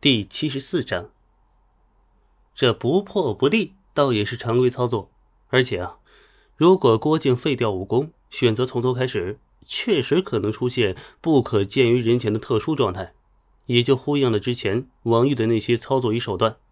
第74章。这不破不立倒也是常规操作，而且如果郭靖废掉武功，选择从头开始，确实可能出现不可见于人前的特殊状态，也就呼应了之前王玉的那些操作与手段。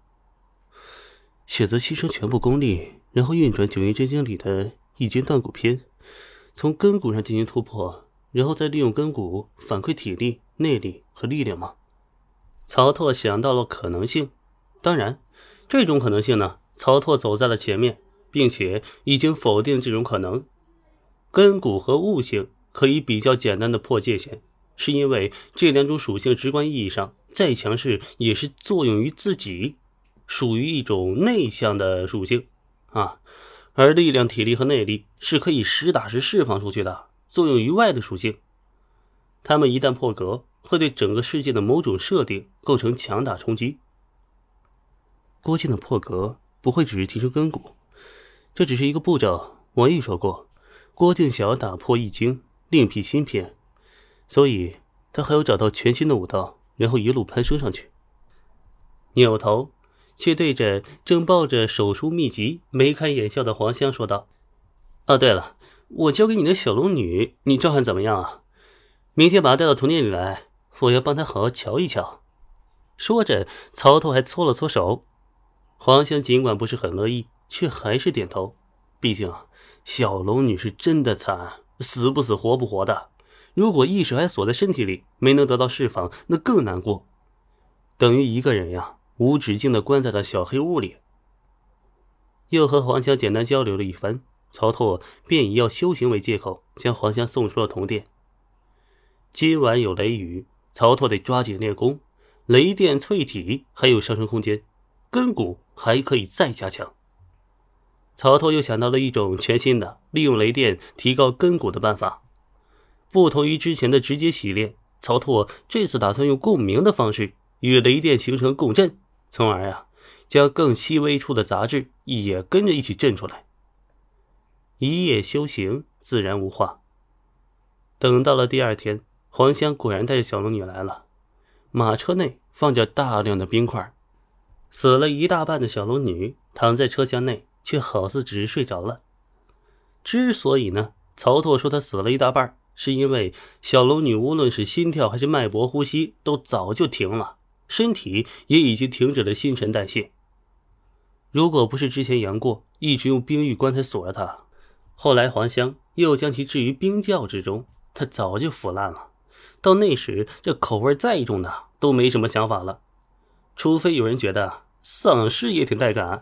选择牺牲全部功力，然后运转九阴真经里的一筋断骨篇，从根骨上进行突破，然后再利用根骨反馈体力、内力和力量吗？曹拓想到了可能性，当然这种可能性呢，曹拓走在了前面，并且已经否定这种可能。根骨和悟性可以比较简单的破界限，是因为这两种属性直观意义上再强势也是作用于自己，属于一种内向的属性而力量、体力和内力是可以实打实释放出去的，作用于外的属性。他们一旦破格，会对整个世界的某种设定构成强大冲击。郭靖的破格不会只是提升根骨，这只是一个步骤。王毅说过，郭靖想要打破易经，另辟新篇，所以他还要找到全新的武道，然后一路攀升上去。扭头却对着正抱着手书秘籍眉开眼笑的黄香说道：对了，我交给你的小龙女，你照看怎么样啊？明天把她带到童年里来，我要帮她好好瞧一瞧。说着，曹操还搓了搓手。黄香尽管不是很乐意，却还是点头。毕竟小龙女是真的惨，死不死活不活的，如果意识还锁在身体里，没能得到释放，那更难过，等于一个人无止境地关在了小黑屋里。又和黄香简单交流了一番，曹拓便以要修行为借口，将黄香送出了铜殿。今晚有雷雨，曹拓得抓紧练功，雷电淬体还有上升空间，根骨还可以再加强。曹拓又想到了一种全新的利用雷电提高根骨的办法。不同于之前的直接洗练，曹拓这次打算用共鸣的方式与雷电形成共振，从而将更细微处的杂质也跟着一起震出来。一夜修行自然无话。等到了第二天，黄香果然带着小龙女来了，马车内放着大量的冰块，死了一大半的小龙女躺在车厢内，却好似只是睡着了。之所以曹拓说她死了一大半，是因为小龙女无论是心跳还是脉搏、呼吸都早就停了，身体也已经停止了新陈代谢。如果不是之前杨过一直用冰玉棺材锁着她，后来黄香又将其置于冰窖之中，她早就腐烂了。到那时，这口味再重的都没什么想法了，除非有人觉得丧尸也挺带感。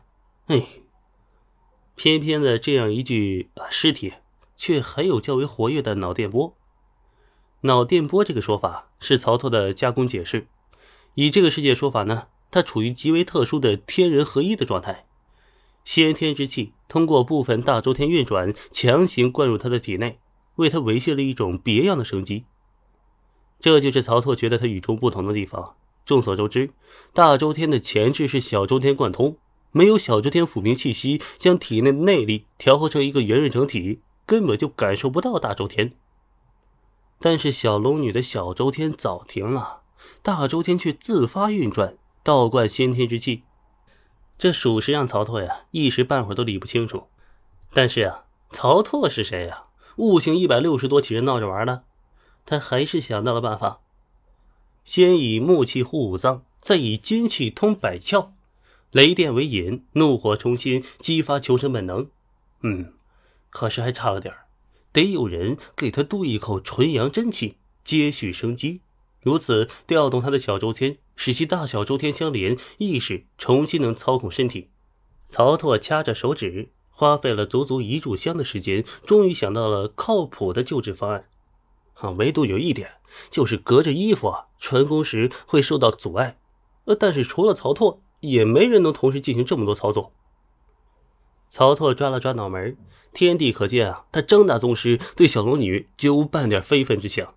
偏偏的这样一具尸体，却还有较为活跃的脑电波。脑电波这个说法是曹操的加工解释，以这个世界说法它处于极为特殊的天人合一的状态，先天之气通过部分大周天运转，强行灌入他的体内，为他维系了一种别样的生机。这就是曹操觉得他与众不同的地方。众所周知，大周天的前置是小周天贯通，没有小周天抚平气息，将体内的内力调和成一个圆润整体，根本就感受不到大周天。但是小龙女的小周天早停了，大周天却自发运转，倒灌先天之气，这属实让曹拓一时半会儿都理不清楚。但是曹拓是谁悟性160多，岂是闹着玩的？他还是想到了办法，先以木气护五脏，再以金气通百窍，雷电为引，怒火冲心，激发求生本能。可是还差了点，得有人给他渡一口纯阳真气，接续生机，如此调动他的小周天，使其大小周天相连，意识重新能操控身体。曹拓掐着手指，花费了足足1炷香的时间，终于想到了靠谱的救治方案。唯独有一点，就是隔着衣服传功时会受到阻碍，但是除了曹拓，也没人能同时进行这么多操作。曹拓抓了抓脑门，天地可见他张大宗师对小龙女绝无半点非分之想。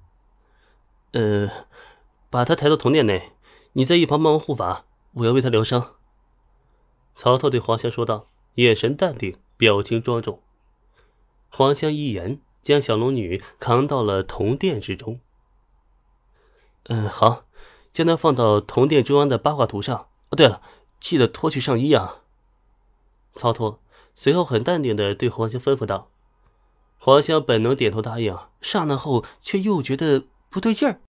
把他抬到铜殿内，你在一旁帮我护法，我要为他疗伤。曹操对黄香说道，眼神淡定，表情庄重。黄香一言，将小龙女扛到了铜殿之中。好， 将它放到铜殿中央的八卦图上。哦，对了，记得脱去上衣啊。曹脱随后很淡定地对黄香吩咐道。黄香本能点头答应，刹那后却又觉得不对劲儿。